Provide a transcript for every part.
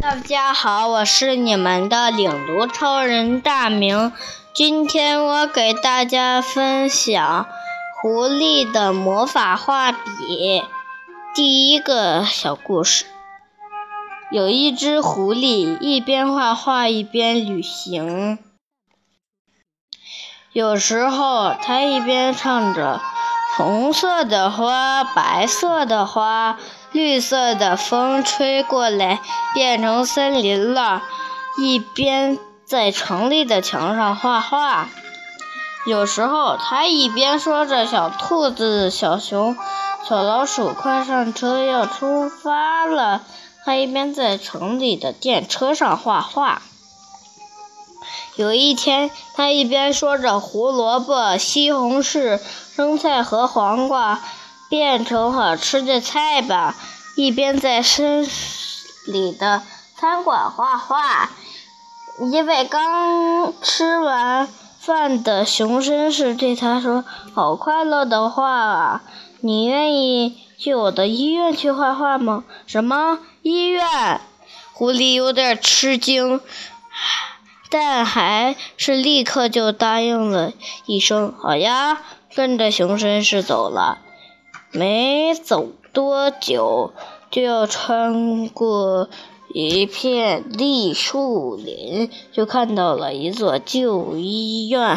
大家好，我是你们的领读超人大明。今天我给大家分享狐狸的魔法画笔。第一个小故事，有一只狐狸一边画画一边旅行，有时候它一边唱着红色的花，白色的花，绿色的风吹过来变成森林了，一边在城里的墙上画画。有时候他一边说着小兔子、小熊、小老鼠快上车要出发了，他一边在城里的电车上画画。有一天，他一边说着胡萝卜、西红柿、生菜和黄瓜变成好吃的菜吧，一边在森里的餐馆画画。一位刚吃完饭的熊绅士对他说：“好快乐的画啊！你愿意去我的医院去画画吗？”“什么医院？”狐狸有点吃惊，但还是立刻就答应了一声：“好呀！”跟着熊绅士走了。没走多久，就要穿过一片栗树林，就看到了一座旧医院。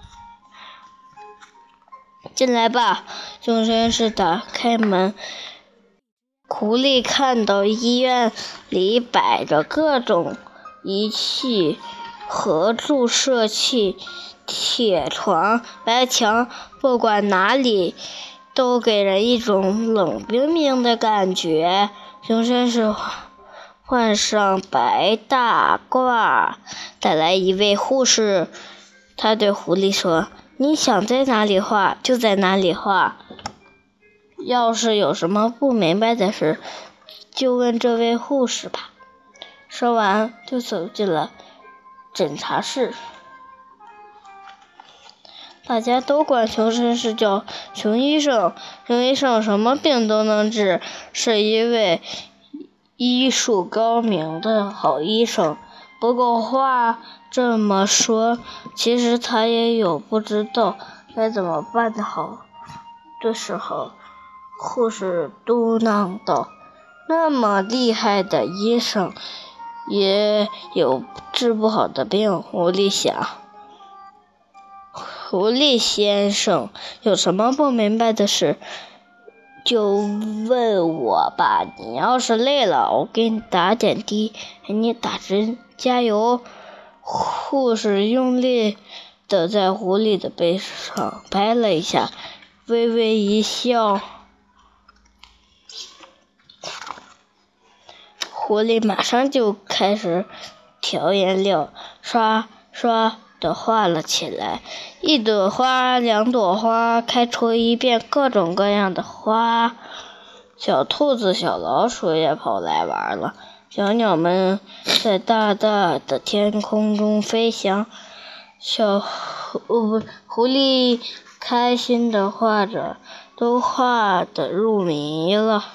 进来吧，熊绅士打开门。狐狸看到医院里摆着各种仪器和注射器，铁床、白墙，不管哪里都给人一种冷冰冰的感觉。熊绅士换上白大褂，带来一位护士。他对狐狸说：“你想在哪里画，就在哪里画。要是有什么不明白的事，就问这位护士吧。”说完，就走进了诊查室。大家都管熊绅士叫熊医生。熊医生什么病都能治，是一位医术高明的好医生。不过话这么说，其实他也有不知道该怎么办的时候。护士嘟囔道：“那么厉害的医生，也有治不好的病。”狐狸想。狐狸先生，有什么不明白的事，就问我吧。你要是累了，我给你打点滴，给你打针，加油。护士用力地在狐狸的背上拍了一下，微微一笑。狐狸马上就开始调颜料，刷刷地画了起来。一朵花，两朵花，开出一片各种各样的花。小兔子、小老鼠也跑来玩了。小鸟们在大大的天空中飞翔。狐狸开心地画着，都画得入迷了。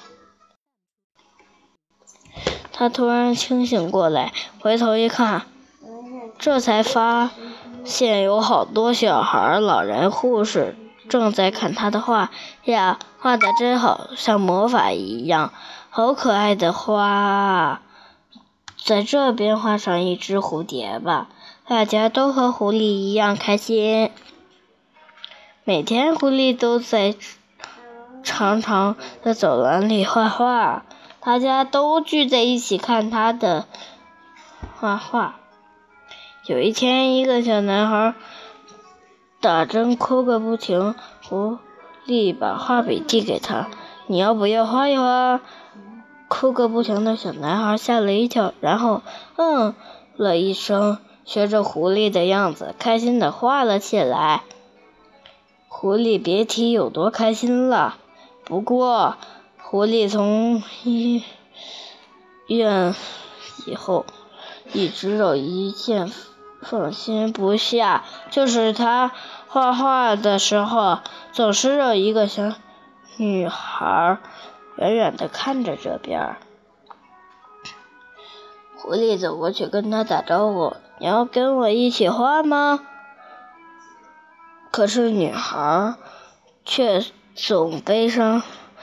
他突然清醒过来，回头一看，这才发现有好多小孩、老人、护士正在看他的画呀，画得真好，像魔法一样，好可爱的花啊！在这边画上一只蝴蝶吧，大家都和狐狸一样开心。每天狐狸都在长长的走廊里画画，大家都聚在一起看他的画画。有一天，一个小男孩打针哭个不停，狐狸把画笔递给他：“你要不要画一画？”哭个不停的小男孩吓了一跳，然后了一声，学着狐狸的样子，开心地画了起来。狐狸别提有多开心了。不过，狐狸从医院以后，一直有一件放心不下，就是他画画的时候，总是有一个小女孩远远地看着这边。 狐狸走过去跟他打招呼：“你要跟我一起画吗？”可是女孩却总悲伤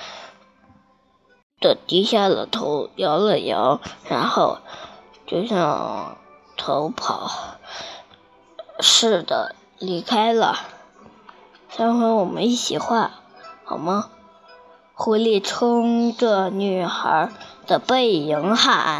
的低下了头，摇了摇，然后就像逃跑似的离开了。下回我们一起画好吗？狐狸冲着女孩的背影喊。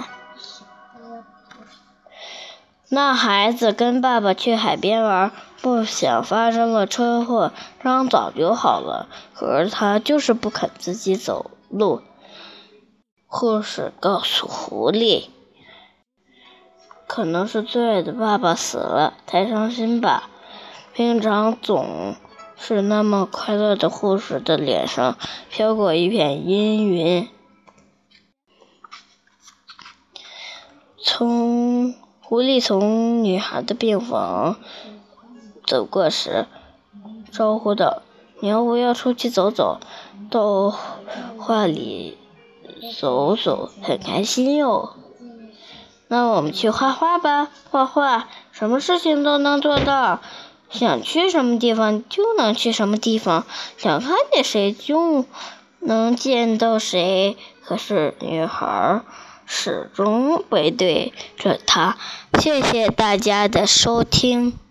那孩子跟爸爸去海边玩，不想发生了车祸，伤早就好了，可是他就是不肯自己走路。护士告诉狐狸，可能是最爱的爸爸死了，太伤心吧。平常总是那么快乐的护士的脸上飘过一片阴云。狐狸从女孩的病房走过时，招呼道：“你要不要出去走走，到画里走走，很开心哟。”那我们去画画吧，画画什么事情都能做到，想去什么地方就能去什么地方，想看见谁就能见到谁。可是女孩始终背对着他。谢谢大家的收听。